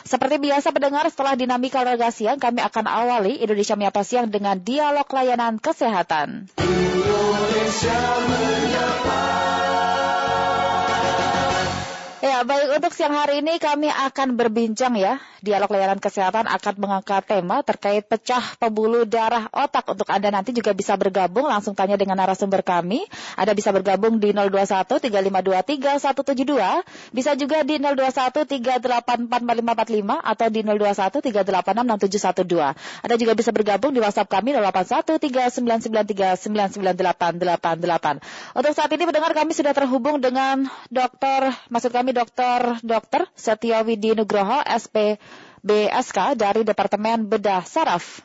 Seperti biasa pendengar, setelah dinamika olahraga siang, kami akan awali Indonesia Menyapa Siang dengan dialog layanan kesehatan. Indonesia Menyapa. Ya, baik, untuk siang hari ini kami akan berbincang ya. Dialog layanan kesehatan akan mengangkat tema terkait pecah pembuluh darah otak. Untuk Anda nanti juga bisa bergabung, langsung tanya dengan narasumber kami. Anda bisa bergabung di 021-3523-172, bisa juga di 021-384-4545 atau di 021-386-6712. Anda juga bisa bergabung di WhatsApp kami 081-3993-99888. Untuk saat ini pendengar, kami sudah terhubung dengan Dr. Setio Widi Nugroho, SPBSK dari Departemen Bedah Saraf.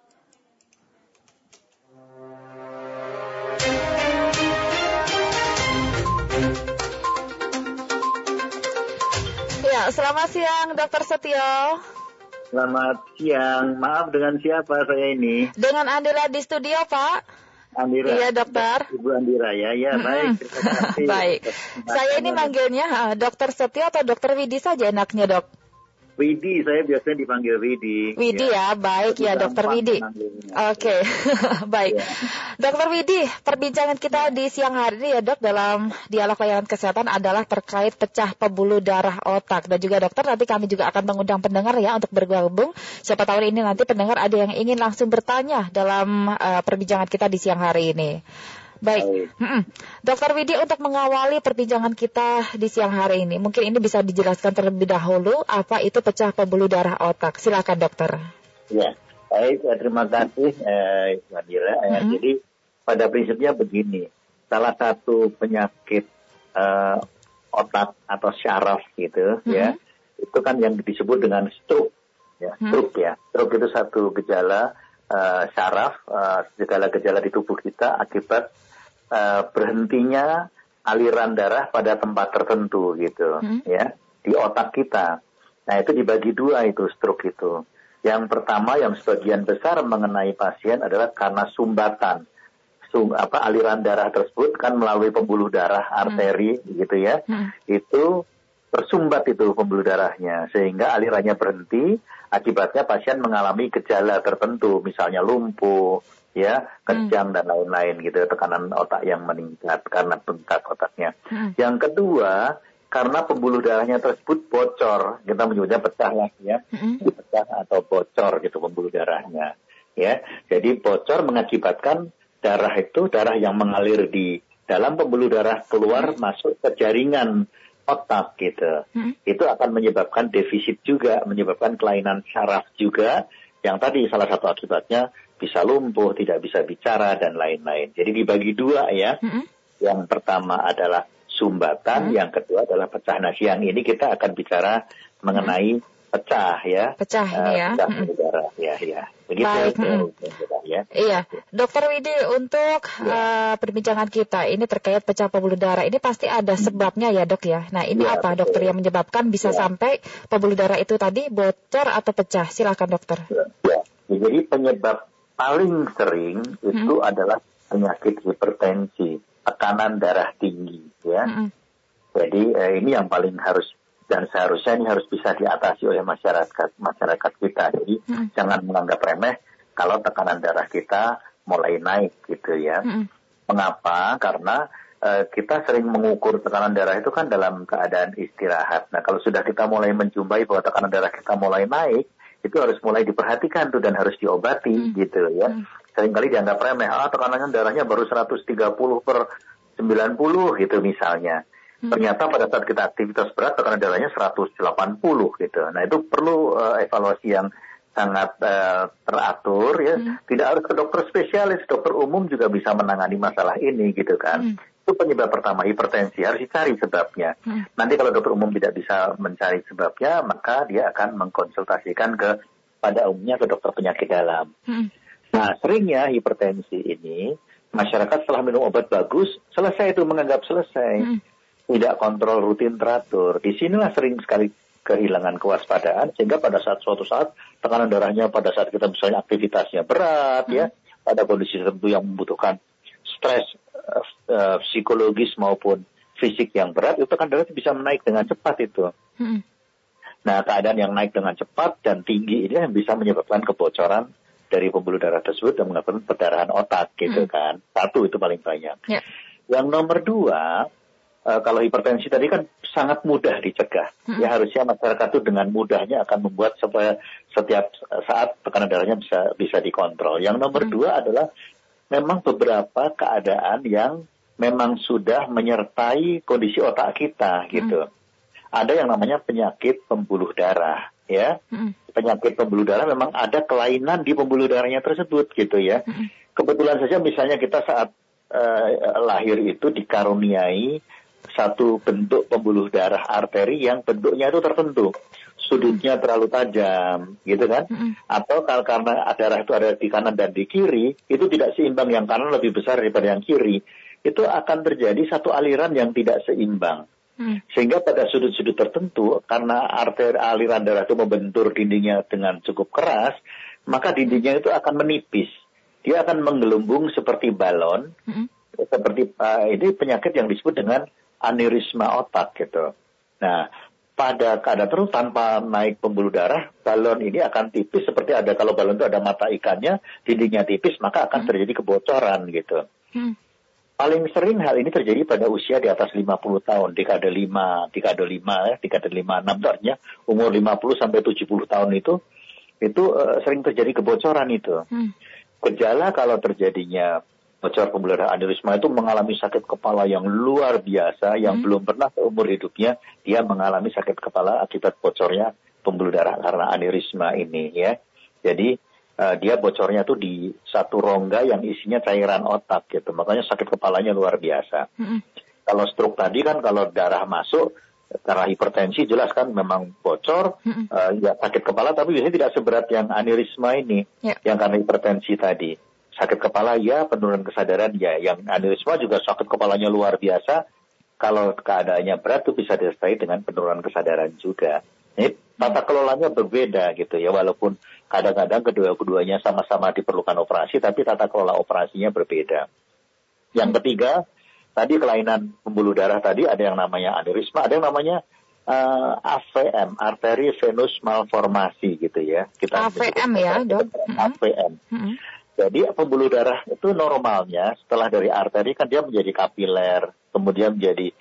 Ya, selamat siang Dr. Setio. Selamat siang. Maaf, dengan siapa saya ini? Dengan Andira di studio, Pak. Andira. Iya, dokter. Ibu Andira ya. Ya, baik. Terima kasih. Baik. Saya ini manggilnya Dr. Setio atau Dr. Widi saja enaknya, Dok? Widi, saya biasanya dipanggil Widi. Widi ya, baik ya Dr. Widi. Oke, baik. Ya. Dr. Widi, perbincangan kita di siang hari ini ya Dok dalam dialog layanan kesehatan adalah terkait pecah pembuluh darah otak. Dan juga dokter, nanti kami juga akan mengundang pendengar ya untuk bergabung. Siapa tahu ini nanti pendengar ada yang ingin langsung bertanya dalam perbincangan kita di siang hari ini. Baik, Dr. Widi, untuk mengawali perbincangan kita di siang hari ini, mungkin ini bisa dijelaskan terlebih dahulu apa itu pecah pembuluh darah otak. Silakan dokter. Ya, baik, terima kasih Ibu Andira. Jadi pada prinsipnya begini, salah satu penyakit otak atau syaraf gitu ya, itu kan yang disebut dengan stroke. Ya, stroke ya, stroke itu satu gejala syaraf, gejala-gejala di tubuh kita akibat berhentinya aliran darah pada tempat tertentu gitu ya di otak kita. Nah, itu dibagi dua itu stroke itu. Yang pertama yang sebagian besar mengenai pasien adalah karena sumbatan. Aliran darah tersebut kan melalui pembuluh darah arteri gitu ya. Itu tersumbat itu pembuluh darahnya sehingga alirannya berhenti, akibatnya pasien mengalami gejala tertentu misalnya lumpuh ya, kejang dan lain-lain gitu, tekanan otak yang meningkat karena bengkak otaknya. Yang kedua, karena pembuluh darahnya tersebut bocor, kita menyebutnya pecah lah ya, pecah atau bocor gitu pembuluh darahnya ya. Jadi bocor mengakibatkan darah yang mengalir di dalam pembuluh darah keluar masuk ke jaringan otak gitu. Itu akan menyebabkan defisit juga, menyebabkan kelainan syaraf juga, yang tadi salah satu akibatnya bisa lumpuh, tidak bisa bicara, dan lain-lain. Jadi dibagi dua ya. Yang pertama adalah sumbatan, yang kedua adalah pecah. Nah, siang ini kita akan bicara mengenai pecah ya. Pecah ini ya. Pecah darah ya. Begitu. Baik. Ya. Iya, Dokter Widi, untuk perbincangan kita ini terkait pecah pembuluh darah, ini pasti ada sebabnya ya dok ya. Nah, ini apa betul. Dokter yang menyebabkan bisa sampai pembuluh darah itu tadi bocor atau pecah? Silakan dokter. Ya. Jadi penyebab paling sering itu adalah penyakit hipertensi, tekanan darah tinggi ya. Jadi ini yang paling harus dan seharusnya ini harus bisa diatasi oleh masyarakat kita. Jadi jangan menganggap remeh kalau tekanan darah kita mulai naik gitu ya. Mengapa? Karena kita sering mengukur tekanan darah itu kan dalam keadaan istirahat. Nah, kalau sudah kita mulai menjumpai bahwa tekanan darah kita mulai naik, itu harus mulai diperhatikan tuh dan harus diobati gitu ya. Seringkali dianggap remeh, tekanan darahnya baru 130/90 gitu misalnya. Ternyata pada saat kita aktivitas berat tekanan darahnya 180 gitu. Nah, itu perlu evaluasi yang sangat teratur ya. Tidak harus ke dokter spesialis, dokter umum juga bisa menangani masalah ini gitu kan. Itu penyebab pertama, hipertensi, harus dicari sebabnya. Nanti kalau dokter umum tidak bisa mencari sebabnya, maka dia akan mengkonsultasikan pada umumnya ke dokter penyakit dalam. Nah, seringnya hipertensi ini, masyarakat setelah minum obat bagus, selesai itu, menganggap selesai. Tidak kontrol rutin teratur. Disinilah sering sekali kehilangan kewaspadaan, sehingga pada suatu saat tekanan darahnya pada saat kita misalnya aktivitasnya berat ya, pada kondisi tertentu yang membutuhkan stres psikologis maupun fisik yang berat, itu tekanan darah bisa menaik dengan cepat itu. Nah, keadaan yang naik dengan cepat dan tinggi ini yang bisa menyebabkan kebocoran dari pembuluh darah tersebut dan menyebabkan perdarahan otak gitu kan. Satu itu paling banyak. Yeah. Yang nomor 2, kalau hipertensi tadi kan sangat mudah dicegah. Ya harusnya masyarakat itu dengan mudahnya akan membuat supaya setiap saat tekanan darahnya bisa dikontrol. Yang nomor 2 adalah memang beberapa keadaan yang memang sudah menyertai kondisi otak kita gitu. Ada yang namanya penyakit pembuluh darah ya. Penyakit pembuluh darah memang ada kelainan di pembuluh darahnya tersebut gitu ya. Kebetulan saja misalnya kita saat lahir itu dikaruniai satu bentuk pembuluh darah arteri yang bentuknya itu tertentu, sudutnya terlalu tajam, gitu kan? Atau karena darah itu ada di kanan dan di kiri, itu tidak seimbang, yang kanan lebih besar daripada yang kiri, itu akan terjadi satu aliran yang tidak seimbang. Sehingga pada sudut-sudut tertentu, karena aliran darah itu membentur dindingnya dengan cukup keras, maka dindingnya itu akan menipis. Dia akan menggelembung seperti balon, seperti ini penyakit yang disebut dengan aneurisma otak gitu. Nah, pada keadaan terus tanpa naik pembuluh darah, balon ini akan tipis seperti ada kalau balon itu ada mata ikannya, dindingnya tipis, maka akan terjadi kebocoran gitu. Paling sering hal ini terjadi pada usia di atas 50 tahun, dekade 5, 6 itu artinya umur 50 sampai 70 tahun itu sering terjadi kebocoran itu. Gejala kalau terjadinya bocor pembuluh darah aneurisma itu mengalami sakit kepala yang luar biasa, yang belum pernah seumur hidupnya dia mengalami sakit kepala akibat bocornya pembuluh darah karena aneurisma ini ya. Jadi dia bocornya tuh di satu rongga yang isinya cairan otak gitu, makanya sakit kepalanya luar biasa. Kalau stroke tadi kan kalau darah masuk karena hipertensi jelas kan memang bocor, ya sakit kepala, tapi biasanya tidak seberat yang aneurisma ini, yang karena hipertensi tadi. Sakit kepala ya, penurunan kesadaran ya. Yang aneurisma juga sakit kepalanya luar biasa. Kalau keadaannya berat itu bisa disertai dengan penurunan kesadaran juga. Ini tata kelolanya berbeda gitu ya. Walaupun kadang-kadang kedua-keduanya sama-sama diperlukan operasi, tapi tata kelola operasinya berbeda. Yang ketiga, tadi kelainan pembuluh darah tadi ada yang namanya aneurisma, ada yang namanya AVM, arteri venous malformasi gitu ya. Kita AVM ya dok? AVM. Jadi pembuluh darah itu normalnya setelah dari arteri kan dia menjadi kapiler, kemudian menjadi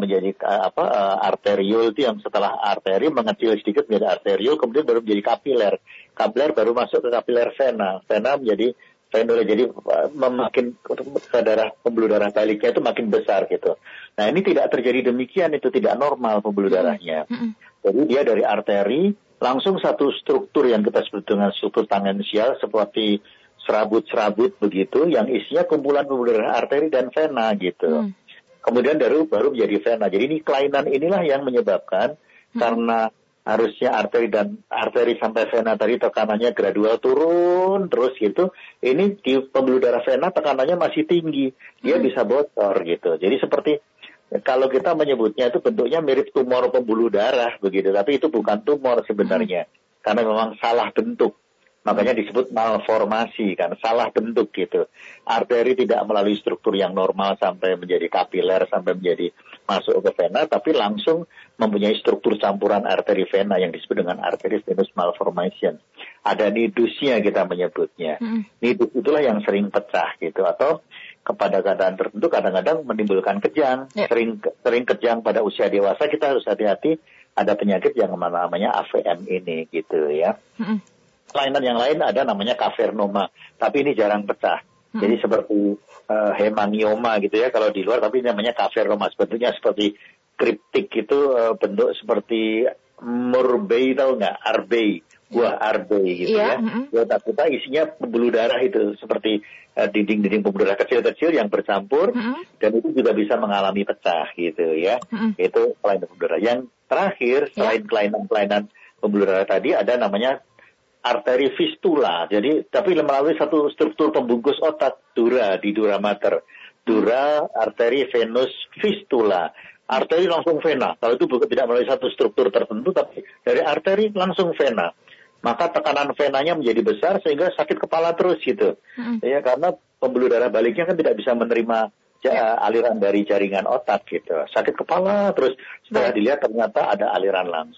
arteriol, itu yang setelah arteri mengecil sedikit menjadi arteriol, kemudian baru menjadi kapiler. Kapiler baru masuk ke kapiler vena. Vena menjadi venule, jadi makin pembuluh darah baliknya itu makin besar gitu. Nah ini tidak terjadi demikian, itu tidak normal pembuluh darahnya. Jadi dia dari arteri langsung satu struktur yang kita sebut dengan struktur tangensial seperti serabut-serabut begitu, yang isinya kumpulan pembuluh darah arteri dan vena gitu. Kemudian baru menjadi vena. Jadi ini kelainan inilah yang menyebabkan karena harusnya arteri sampai vena tadi tekanannya gradual turun terus gitu. Ini di pembuluh darah vena tekanannya masih tinggi, dia bisa bocor gitu. Jadi seperti kalau kita menyebutnya itu bentuknya mirip tumor pembuluh darah begitu, tapi itu bukan tumor sebenarnya karena memang salah bentuk. Makanya disebut malformasi kan, salah bentuk gitu. Arteri tidak melalui struktur yang normal sampai menjadi kapiler, sampai menjadi masuk ke vena, tapi langsung mempunyai struktur campuran arteri vena yang disebut dengan arteri venous malformation. Ada nidusnya kita menyebutnya. Nidus itulah yang sering pecah gitu, atau kepada keadaan tertentu kadang-kadang menimbulkan kejang. Sering kejang pada usia dewasa, kita harus hati-hati ada penyakit yang namanya AVM ini gitu ya. Kelainan yang lain ada namanya kavernoma, tapi ini jarang pecah. Jadi seperti hemangioma gitu ya kalau di luar, tapi ini namanya kavernoma. Bentuknya seperti kriptik itu, bentuk seperti murbei, tahu nggak? Arbei, buah arbei gitu ya. Di otak kita isinya pembuluh darah itu seperti dinding-dinding pembuluh darah kecil-kecil yang bercampur, dan itu juga bisa mengalami pecah gitu ya. Itu kelainan pembuluh darah. Yang terakhir selain kelainan-kelainan pembuluh darah tadi ada namanya arteri fistula. Jadi tapi melalui satu struktur pembungkus otak, dura di dura mater. Dura arteri venous fistula. Arteri langsung vena. Kalau itu tidak melalui satu struktur tertentu, tapi dari arteri langsung vena. Maka tekanan venanya menjadi besar sehingga sakit kepala terus gitu. Ya karena pembuluh darah baliknya kan tidak bisa menerima aliran dari jaringan otak gitu. Sakit kepala terus, setelah dilihat ternyata ada aliran langsung.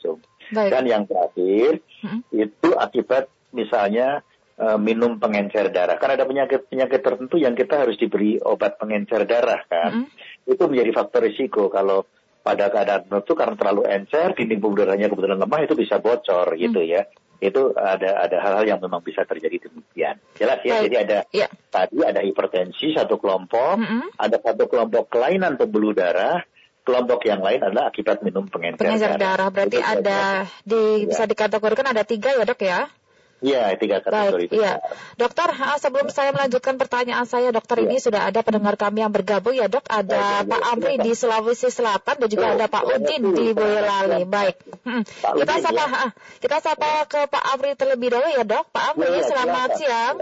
Baik. Dan yang terakhir itu akibat misalnya minum pengencer darah. Karena ada penyakit tertentu yang kita harus diberi obat pengencer darah kan. Itu menjadi faktor risiko kalau pada keadaan tertentu karena terlalu encer, dinding pembuluh darahnya kebetulan lemah itu bisa bocor gitu ya. Itu ada hal-hal yang memang bisa terjadi demikian. Jelas ya. Jadi tadi ada hipertensi satu kelompok, ada satu kelompok kelainan pembuluh darah, kelompok yang lain adalah akibat minum pengencer darah. Berarti itu bisa dikategorikan ada 3 ya dok ya? Iya, 3 kategori itu. Iya. Dokter, sebelum saya melanjutkan pertanyaan saya, dokter ini sudah ada pendengar kami yang bergabung ya dok. Ada Pak Amri di Sulawesi Selatan dan juga ada Pak Udin di Boyolali. Baik. Kita sapa ke Pak Amri terlebih dahulu ya dok. Pak Amri, selamat siang.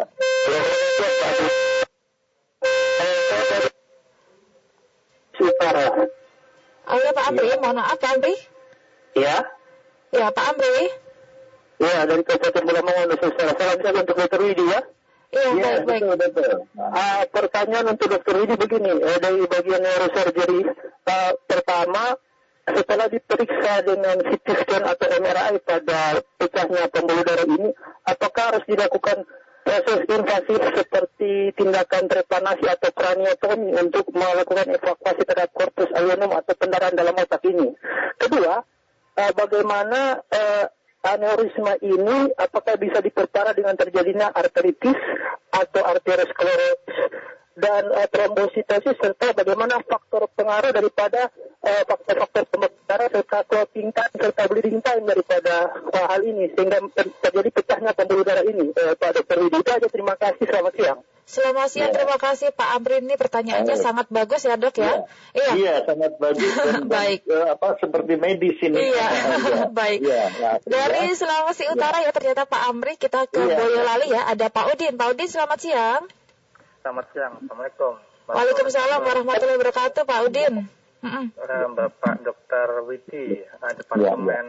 Halo Pak Amri, mohon maaf Pak Amri. Ya. Ya Pak Amri. Ya, dari Kabupaten Lamongan, salam siang untuk Dr. Widi ya. Iya, baik. Betul. Pertanyaan untuk Dr. Widi begini, dari bagian neurosurgery, pertama, setelah diperiksa dengan CT scan atau MRI pada pecahnya pembuluh darah ini, apakah harus dilakukan proses invasif seperti tindakan trepanasi atau craniotomy untuk melakukan evakuasi terhadap corpus allonum atau pendarahan dalam otak ini? Kedua, bagaimana aneurisma ini apakah bisa diperparah dengan terjadinya arteritis atau arteriosklerosis dan trombositosis, serta bagaimana faktor pengaruh daripada faktor-faktor pembekuan darah serta clotting time serta bleeding time daripada hal ini sehingga terjadi pecahnya pembuluh darah ini. Pak Dr. Widi, itu aja. Terima kasih, selamat siang. Selamat siang, terima kasih Pak Amri. Ini pertanyaannya sangat bagus ya dok ya. Iya, sangat bagus. Baik. Seperti medis ini. Iya, baik. Dari Sulawesi Utara ya ternyata Pak Amri. Kita ke Boyolali ya. Ada Pak Udin. Pak Udin, selamat siang. Selamat siang. Assalamualaikum. Waalaikumsalam warahmatullahi wabarakatuh Pak Udin. Bapak Dr. Widi, Departemen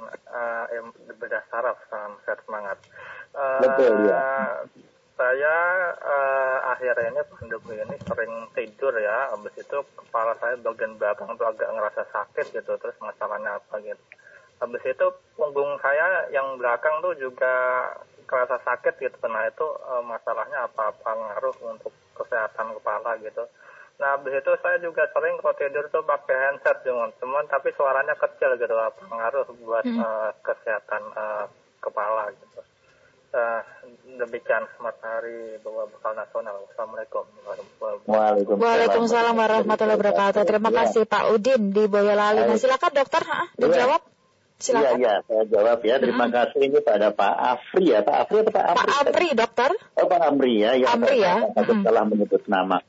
Bedah Saraf. Salam sehat semangat. Betul ya. Saya akhirnya pandemi ini sering tidur ya, habis itu kepala saya bagian belakang tuh agak ngerasa sakit gitu, terus masalahnya apa gitu. Habis itu punggung saya yang belakang tuh juga kerasa sakit gitu, nah itu masalahnya apa ngaruh untuk kesehatan kepala gitu. Nah habis itu saya juga sering kalau tidur tuh pakai handset cuman tapi suaranya kecil gitu, apa ngaruh buat kesehatan kepala gitu. Demikian Selamat Hari Bawa Bekal Nasional. Assalamualaikum. Waalaikumsalam warahmatullahi wabarakatuh. Terima kasih Pak Udin di Boyolali. Nah, silakan dokter dijawab. Silakan. Iya, saya jawab ya. Terima kasih ini pada Pak Afri ya. Pak Afri atau Pak Afri? Pak Amri, dokter. Oh, Pak Amri ya. Amri ya. Saya salah menyebut nama.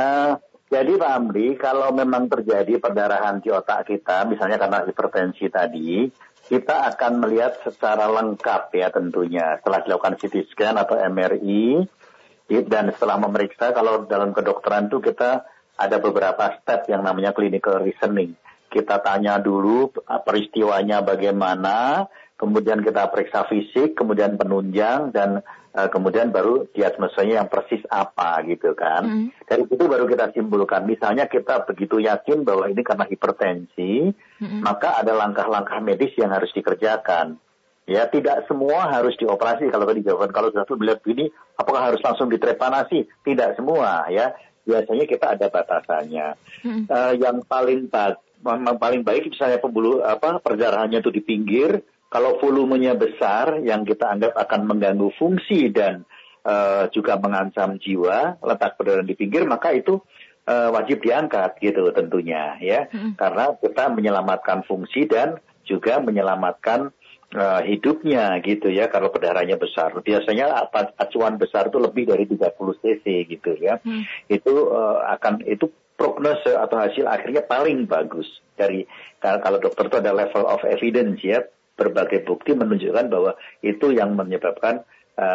Jadi Pak Amri, kalau memang terjadi perdarahan di otak kita, misalnya karena hipertensi tadi, kita akan melihat secara lengkap ya tentunya. Setelah dilakukan CT scan atau MRI, dan setelah memeriksa, kalau dalam kedokteran itu kita ada beberapa step yang namanya clinical reasoning. Kita tanya dulu peristiwanya bagaimana, kemudian kita periksa fisik, kemudian penunjang, dan kemudian baru diagnosanya yang persis apa gitu kan. Dari situ baru kita simpulkan. Misalnya kita begitu yakin bahwa ini karena hipertensi, maka ada langkah-langkah medis yang harus dikerjakan. Ya, tidak semua harus dioperasi. Kalau tadi jawaban, kalau sudah melihat begini, apakah harus langsung ditrepanasi? Tidak semua ya. Biasanya kita ada batasannya. Yang paling baik misalnya perdarahannya itu di pinggir. Kalau volumenya besar yang kita anggap akan mengganggu fungsi dan juga mengancam jiwa, letak perdarahan di pinggir, maka itu wajib diangkat gitu tentunya ya. Karena kita menyelamatkan fungsi dan juga menyelamatkan hidupnya gitu ya kalau perdarahannya besar. Biasanya acuan besar itu lebih dari 30 cc gitu ya. Itu prognose atau hasil akhirnya paling bagus dari kalau dokter itu ada level of evidence ya. Berbagai bukti menunjukkan bahwa itu yang menyebabkan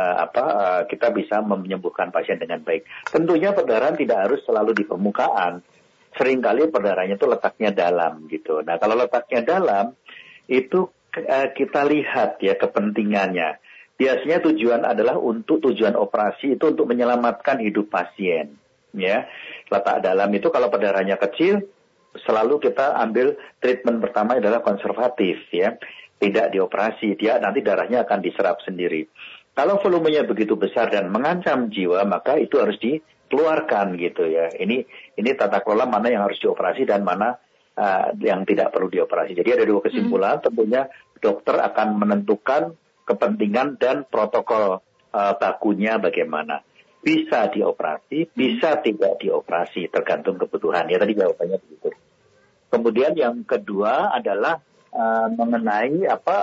kita bisa menyembuhkan pasien dengan baik. Tentunya perdarahan tidak harus selalu di permukaan. Seringkali perdarahannya itu letaknya dalam gitu. Nah kalau letaknya dalam itu kita lihat ya kepentingannya. Biasanya tujuan adalah untuk tujuan operasi itu untuk menyelamatkan hidup pasien. Ya, letak dalam itu kalau perdarahannya kecil, selalu kita ambil treatment pertama adalah konservatif ya. tidak dioperasi, dia nanti darahnya akan diserap sendiri. Kalau volumenya begitu besar dan mengancam jiwa, maka itu harus dikeluarkan gitu ya. Ini tata kelola mana yang harus dioperasi dan mana yang tidak perlu dioperasi. Jadi ada dua kesimpulan, tentunya dokter akan menentukan kepentingan dan protokol bakunya bagaimana. Bisa dioperasi, bisa tidak dioperasi, tergantung kebutuhan. Ya tadi jawabannya begitu. Kemudian yang kedua adalah mengenai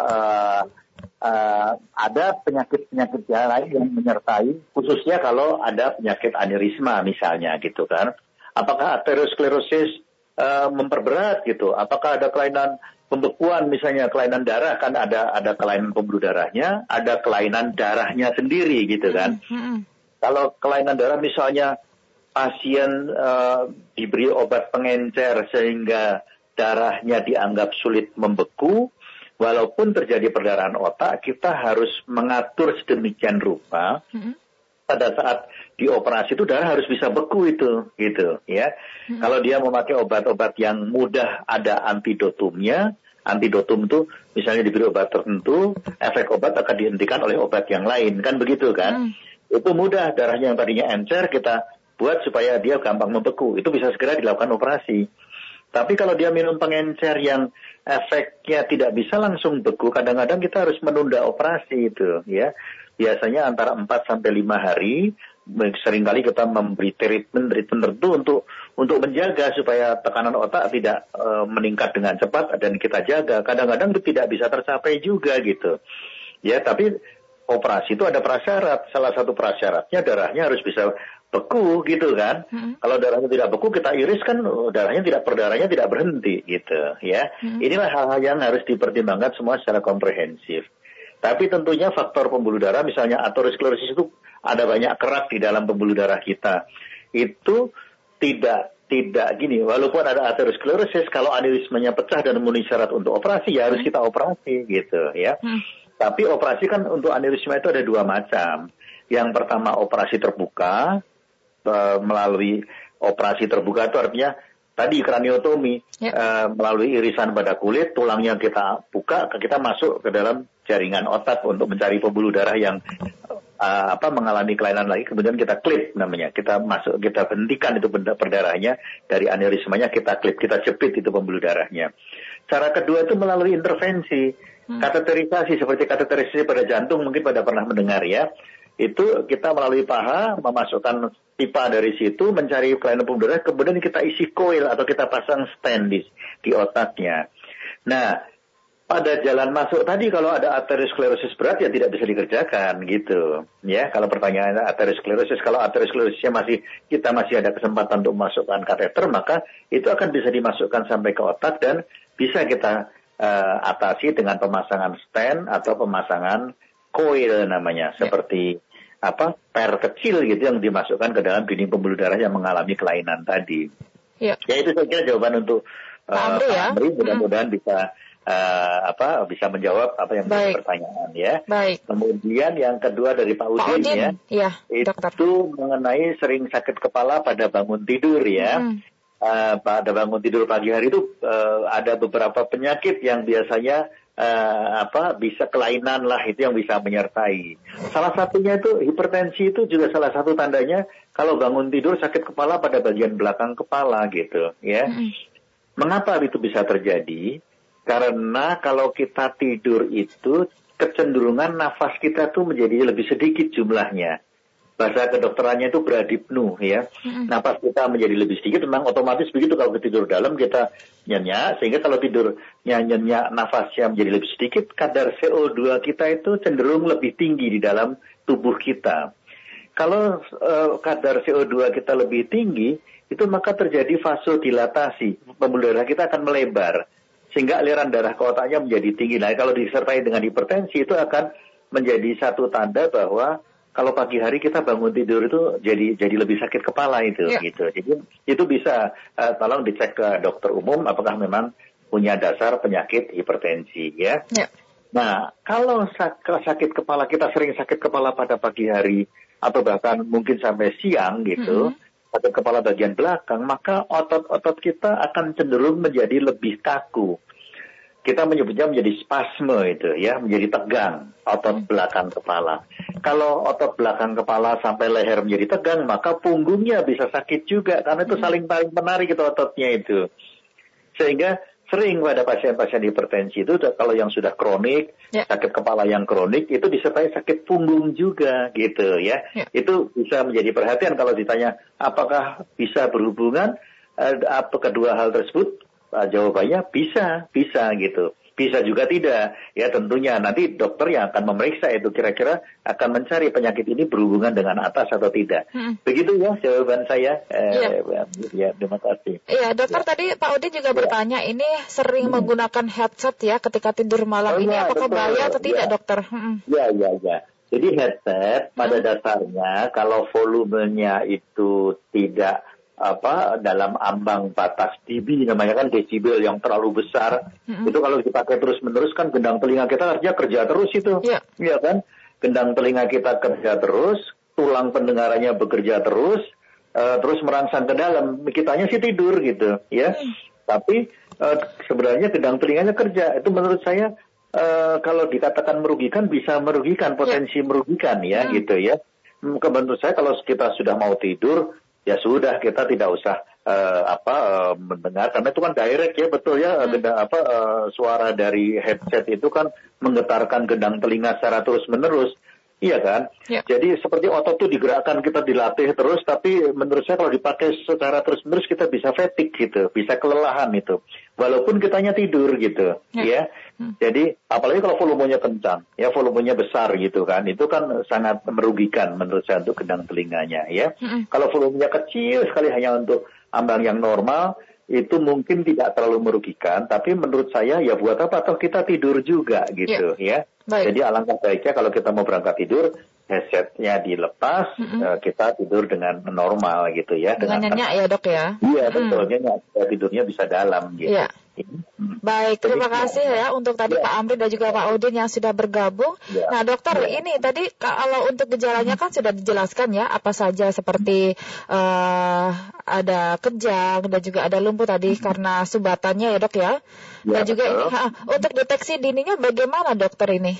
ada penyakit-penyakit lain yang menyertai, khususnya kalau ada penyakit aneurisma misalnya gitu kan. Apakah aterosklerosis memperberat gitu? Apakah ada kelainan pembekuan misalnya, kelainan darah, kan ada kelainan pembuluh darahnya, ada kelainan darahnya sendiri gitu kan. Kalau kelainan darah misalnya pasien diberi obat pengencer sehingga darahnya dianggap sulit membeku, walaupun terjadi perdarahan otak, kita harus mengatur sedemikian rupa pada saat dioperasi itu darah harus bisa beku itu, gitu ya. Kalau dia memakai obat-obat yang mudah ada antidotumnya, antidotum itu misalnya diberi obat tertentu, efek obat akan dihentikan oleh obat yang lain, kan begitu kan? Itu mudah, darahnya yang tadinya encer kita buat supaya dia gampang membeku, itu bisa segera dilakukan operasi. Tapi kalau dia minum pengencer yang efeknya tidak bisa langsung beku, kadang-kadang kita harus menunda operasi itu ya. Biasanya antara 4 sampai 5 hari, seringkali kita memberi treatment tertentu untuk menjaga supaya tekanan otak tidak meningkat dengan cepat dan kita jaga. Kadang-kadang itu tidak bisa tercapai juga gitu. Ya, tapi operasi itu ada prasyarat. Salah satu prasyaratnya darahnya harus bisa beku gitu kan. Kalau darahnya tidak beku kita iris kan darahnya tidak berhenti gitu ya. Inilah hal-hal yang harus dipertimbangkan semua secara komprehensif. Tapi tentunya faktor pembuluh darah misalnya aterosklerosis itu ada banyak kerak di dalam pembuluh darah kita. Itu tidak gini, walaupun ada aterosklerosis, kalau aneurismanya pecah dan memenuhi syarat untuk operasi ya harus kita operasi gitu ya. Tapi operasi kan untuk aneurisma itu ada dua macam. Yang pertama operasi terbuka, melalui operasi terbuka itu artinya tadi kraniotomi, melalui irisan pada kulit, tulangnya kita buka, kita masuk ke dalam jaringan otak untuk mencari pembuluh darah yang mengalami kelainan lagi, kemudian kita klip namanya, kita hentikan itu perdarahannya dari aneurismanya, kita klip, kita jepit itu pembuluh darahnya. Cara kedua itu melalui intervensi, kateterisasi, seperti kateterisasi pada jantung, mungkin pada pernah mendengar ya. Itu kita melalui paha, memasukkan pipa dari situ, mencari kelainan pembuluh darah, kemudian kita isi koil atau kita pasang stent di otaknya. Nah, pada jalan masuk tadi kalau ada aterosklerosis berat ya tidak bisa dikerjakan gitu. Ya, kalau pertanyaannya aterosklerosis, kalau aterosklerosisnya kita masih ada kesempatan untuk memasukkan kateter, maka itu akan bisa dimasukkan sampai ke otak dan bisa kita atasi dengan pemasangan stent atau pemasangan koil namanya, seperti per kecil gitu yang dimasukkan ke dalam dinding pembuluh darah yang mengalami kelainan tadi. Ya itu saya kira jawaban untuk Pak Amri, mudah-mudahan bisa bisa menjawab apa yang menjadi pertanyaan ya. Baik. Kemudian yang kedua dari Pak Udin ya, itu mengenai sering sakit kepala pada bangun tidur ya. Pada bangun tidur pagi hari itu ada beberapa penyakit yang biasanya bisa kelainan lah itu yang bisa menyertai. Salah satunya itu hipertensi, itu juga salah satu tandanya kalau bangun tidur sakit kepala pada bagian belakang kepala gitu ya. Mengapa itu bisa terjadi? Karena kalau kita tidur itu kecenderungan nafas kita tuh menjadi lebih sedikit jumlahnya. Bahasa kedokterannya itu bradipnu ya. Nafas kita menjadi lebih sedikit, memang otomatis begitu kalau kita tidur dalam kita nyenyak, sehingga kalau tidurnya nyenyak nafasnya menjadi lebih sedikit, kadar CO2 kita itu cenderung lebih tinggi di dalam tubuh kita. Kalau kadar CO2 kita lebih tinggi, itu maka terjadi vasodilatasi, pembuluh darah kita akan melebar, sehingga aliran darah ke otaknya menjadi tinggi. Nah, kalau disertai dengan hipertensi itu akan menjadi satu tanda bahwa kalau pagi hari kita bangun tidur itu jadi lebih sakit kepala itu gitu. Jadi itu bisa tolong dicek ke dokter umum apakah memang punya dasar penyakit hipertensi ya. Nah, kalau sakit kepala, kita sering sakit kepala pada pagi hari atau bahkan mungkin sampai siang gitu, sakit kepala bagian belakang, maka otot-otot kita akan cenderung menjadi lebih kaku. kita menyebutnya menjadi spasme itu ya, menjadi tegang otot belakang kepala. Kalau otot belakang kepala sampai leher menjadi tegang, maka punggungnya bisa sakit juga karena itu saling menarik itu ototnya itu. Sehingga sering pada pasien-pasien hipertensi itu kalau yang sudah kronik, sakit kepala yang kronik itu disertai sakit punggung juga gitu ya. Itu bisa menjadi perhatian kalau ditanya apakah bisa berhubungan apa kedua hal tersebut. Jawabannya bisa gitu. Bisa juga tidak. Ya tentunya nanti dokter yang akan memeriksa itu kira-kira akan mencari penyakit ini berhubungan dengan atas atau tidak. Begitu ya jawaban saya. Ya, terima kasih. Iya, dokter tadi Pak Udin juga bertanya ini sering menggunakan headset ya ketika tidur malam ini. Apakah bahaya atau tidak dokter? Ya. Jadi headset pada dasarnya kalau volumenya itu tidak dalam ambang batas dB namanya kan desibel yang terlalu besar itu kalau dipakai terus menerus kan gendang telinga kita artinya kerja terus itu ya kan gendang telinga kita kerja terus tulang pendengarannya bekerja terus terus merangsang ke dalam kitanya sih tidur gitu ya tapi sebenarnya gendang telinganya kerja itu menurut saya kalau dikatakan merugikan bisa merugikan potensi merugikan ya gitu ya menurut saya kalau kita sudah mau tidur ya sudah kita tidak usah mendengar karena itu kan direct ya betul ya suara dari headset itu kan menggetarkan gendang telinga secara terus menerus iya kan jadi seperti otot itu digerakkan kita dilatih terus tapi menurut saya kalau dipakai secara terus menerus kita bisa fatigue gitu bisa kelelahan itu walaupun kitanya tidur gitu ya jadi apalagi kalau volumenya kencang ya volumenya besar gitu kan itu kan sangat merugikan menurut saya untuk gendang telinganya ya kalau volumenya kecil sekali hanya untuk ambang yang normal itu mungkin tidak terlalu merugikan tapi menurut saya ya buat apa toh kita tidur juga gitu ya jadi alangkah baiknya kalau kita mau berangkat tidur headsetnya dilepas kita tidur dengan normal gitu ya dengan nyenyak ya dok ya iya betul nyenyak tidurnya bisa dalam gitu Baik, terima kasih ya untuk tadi Pak Amri dan juga Pak Udin yang sudah bergabung. Nah dokter, ini tadi kalau untuk gejalanya kan sudah dijelaskan ya apa saja seperti ada kejang dan juga ada lumpuh tadi karena sumbatannya ya dok ya. Dan juga ini untuk deteksi dininya bagaimana dokter ini?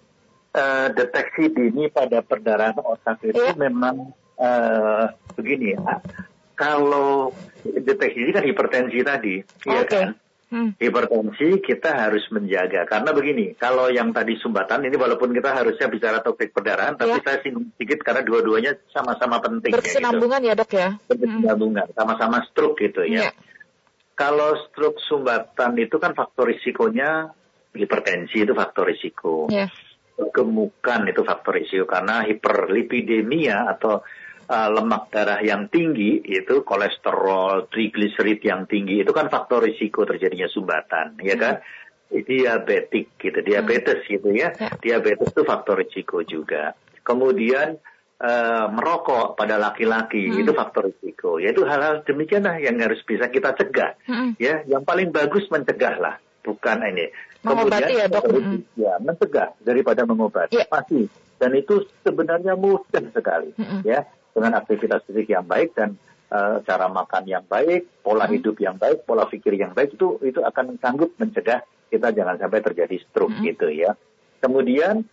Deteksi dini pada perdarahan otak itu memang begini ya. Kalau deteksi ini kan hipertensi tadi, ya kan? Hipertensi kita harus menjaga karena begini kalau yang tadi sumbatan ini walaupun kita harusnya bicara topik perdarahan tapi saya singgung sedikit karena dua-duanya sama-sama penting berkesinambungan ya dok ya berkesinambungan sama-sama stroke gitu ya kalau stroke sumbatan itu kan faktor risikonya hipertensi itu faktor risiko kegemukan itu faktor risiko karena hiperlipidemia atau lemak darah yang tinggi itu kolesterol, trigliserid yang tinggi itu kan faktor risiko terjadinya sumbatan, ya kan? Diabetik gitu, diabetes gitu ya. Diabetes itu faktor risiko juga. Kemudian merokok pada laki-laki itu faktor risiko. Yaitu hal-hal demikianlah yang harus bisa kita cegah. Ya, yang paling bagus mencegah lah, bukan ini. Kemudian ya, dok. Mencegah daripada mengobati pasti. Dan itu sebenarnya mudah sekali, ya. Dengan aktivitas fisik yang baik dan cara makan yang baik, pola hidup yang baik, pola pikir yang baik itu akan sanggup mencegah kita jangan sampai terjadi stroke gitu ya. Kemudian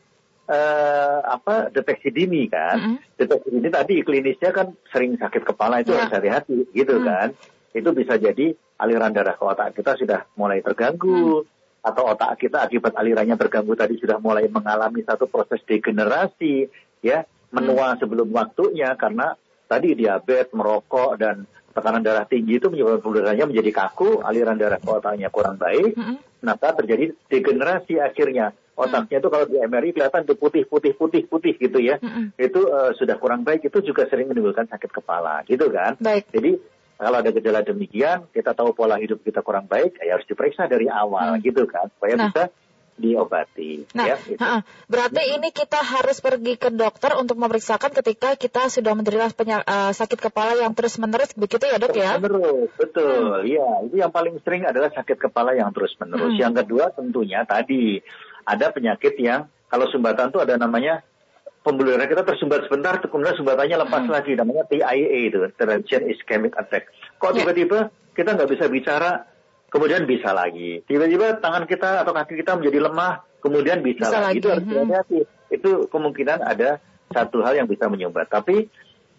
deteksi dini kan, deteksi dini tadi klinisnya kan sering sakit kepala itu harus hati-hati gitu kan. Itu bisa jadi aliran darah ke otak kita sudah mulai terganggu atau otak kita akibat alirannya terganggu tadi sudah mulai mengalami satu proses degenerasi ya. Menua sebelum waktunya karena tadi diabetes, merokok dan tekanan darah tinggi itu menyebabkan pembuluh darahnya menjadi kaku, aliran darah ke otaknya kurang baik, maka terjadi degenerasi akhirnya. Otaknya itu kalau di MRI kelihatan itu putih gitu ya. Itu sudah kurang baik, itu juga sering menimbulkan sakit kepala gitu kan. Jadi kalau ada gejala demikian, kita tahu pola hidup kita kurang baik, ya harus diperiksa dari awal gitu kan, supaya bisa diobati. Nah, berarti ini kita harus pergi ke dokter untuk memeriksakan ketika kita sudah menderita sakit kepala yang terus-menerus, begitu ya dok ya? Terus-menerus, betul. Iya, itu yang paling sering adalah sakit kepala yang terus-menerus. Yang kedua tentunya tadi ada penyakit yang kalau sumbatan itu ada namanya pembuluh darah kita tersumbat sebentar, kemudian sumbatannya lepas lagi, namanya TIA itu, Transient Ischemic Attack. Kok tiba-tiba kita nggak bisa bicara kemudian bisa lagi. Tiba-tiba tangan kita atau kaki kita menjadi lemah, kemudian bisa lagi. Itu harus hati-hati. Itu kemungkinan ada satu hal yang bisa menyumbat. Tapi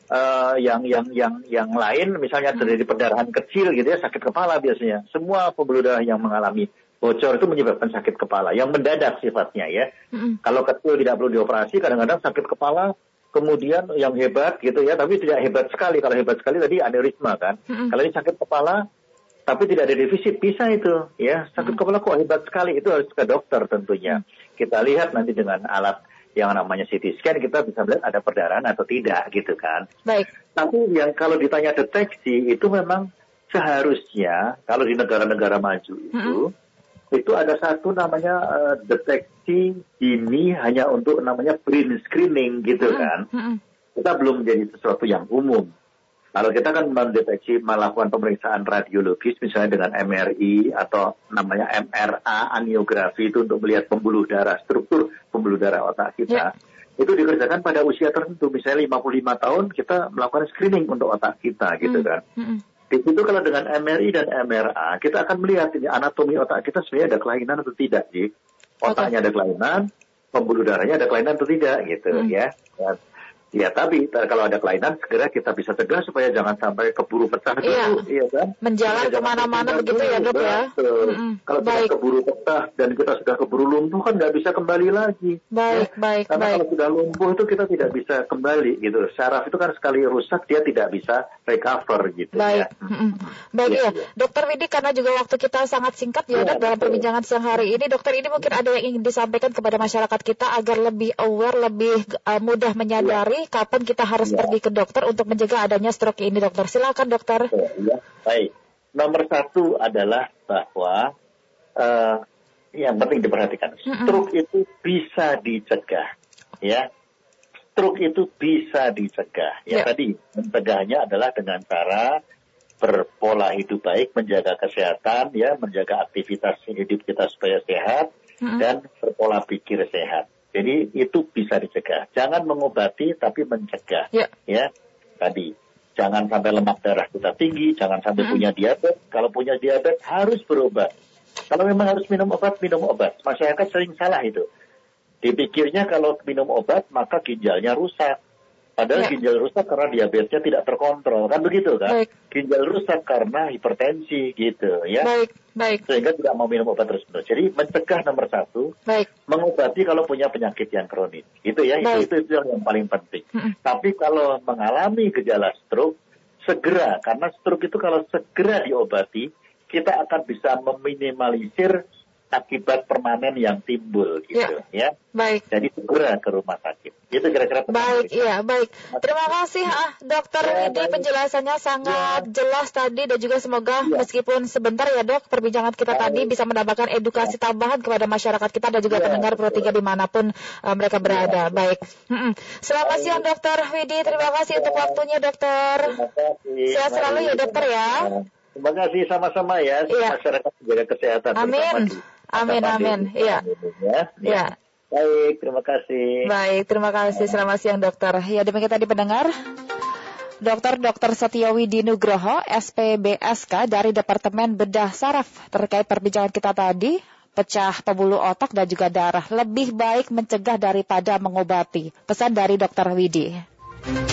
yang lain, misalnya terjadi perdarahan kecil gitu ya, sakit kepala biasanya. Semua pembuluh darah yang mengalami bocor itu menyebabkan sakit kepala yang mendadak sifatnya ya. Kalau kecil tidak perlu dioperasi, kadang-kadang sakit kepala kemudian yang hebat gitu ya, tapi tidak hebat sekali. Kalau hebat sekali tadi aneurisma kan. Kalau ini sakit kepala tapi tidak ada defisit, bisa itu ya. Sakit kepala kok hebat sekali, itu harus ke dokter tentunya. Kita lihat nanti dengan alat yang namanya CT scan, kita bisa melihat ada perdarahan atau tidak gitu kan. Baik. Tapi yang kalau ditanya deteksi itu memang seharusnya kalau di negara-negara maju itu ada satu namanya deteksi dini hanya untuk namanya brain screening gitu kan. Kita belum menjadi sesuatu yang umum. Kalau kita kan mendeteksi, melakukan pemeriksaan radiologis misalnya dengan MRI atau namanya MRA, angiografi itu untuk melihat pembuluh darah, struktur pembuluh darah otak kita. Itu dikerjakan pada usia tertentu, misalnya 55 tahun kita melakukan screening untuk otak kita gitu kan. Di situ kalau dengan MRI dan MRA kita akan melihat ini anatomi otak kita sebenarnya ada kelainan atau tidak sih. Otaknya ada kelainan, pembuluh darahnya ada kelainan atau tidak gitu ya. Ya, tapi kalau ada kelainan segera kita bisa cegah supaya jangan sampai keburu pecah dulu, iya kan? Menjalar kemana-mana begitu ya dok ya? Kalau sudah keburu pecah dan kita sudah keburu lumpuh kan nggak bisa kembali lagi. Baik. Karena kalau sudah lumpuh itu kita tidak bisa kembali gitu. Saraf itu kan sekali rusak dia tidak bisa recover gitu. Baik. Ya. Baik ya. Dokter Widi, karena juga waktu kita sangat singkat ya dok dalam perbincangan siang hari ini. Dokter, ini mungkin ada yang ingin disampaikan kepada masyarakat kita agar lebih aware, lebih mudah menyadari kapan kita harus pergi ke dokter untuk mencegah adanya stroke ini, dokter. Silakan dokter. Baik. Nomor satu adalah bahwa yang penting diperhatikan, stroke itu bisa dicegah, ya. Stroke itu bisa dicegah. Ya tadi mencegahnya adalah dengan cara berpola hidup baik, menjaga kesehatan, ya, menjaga aktivitas hidup kita supaya sehat dan berpola pikir sehat. Jadi itu bisa dicegah. Jangan mengobati tapi mencegah. Ya. Tadi jangan sampai lemak darah kita tinggi, jangan sampai punya diabetes. Kalau punya diabetes harus berobat. Kalau memang harus minum obat, minum obat. Masyarakat sering salah itu. Dipikirnya kalau minum obat maka ginjalnya rusak. Padahal ginjal rusak karena diabetesnya tidak terkontrol, kan begitu kan? Ginjal rusak karena hipertensi gitu ya. Baik. Sehingga tidak mau minum obat terus-menerus. Jadi mencegah nomor satu, mengobati kalau punya penyakit yang kronis. Itu ya, itu yang paling penting. Tapi kalau mengalami gejala stroke, segera, karena stroke itu kalau segera diobati, kita akan bisa meminimalisir akibat permanen yang timbul gitu ya. Baik. Jadi segera ke rumah sakit. Itu kira-kira. Baik. Terima kasih Dokter Widi, penjelasannya sangat jelas tadi dan juga semoga meskipun sebentar ya dok, perbincangan kita tadi bisa mendapatkan edukasi tambahan kepada masyarakat kita dan juga pendengar Pro 3 dimanapun mereka berada. Baik. Selamat siang Dokter Widi, terima kasih untuk waktunya dokter. Sehat selalu ya dokter ya. Terima kasih sama-sama ya. Masyarakat jaga kesehatan. Amin. Iya. Baik, terima kasih. Baik, terima kasih. Selamat siang dokter. Ya, demikian tadi pendengar. Dr. Setio Widi Nugroho, SPBSK dari Departemen Bedah Saraf terkait perbincangan kita tadi, pecah pembuluh otak dan juga darah. Lebih baik mencegah daripada mengobati. Pesan dari Dr. Widi.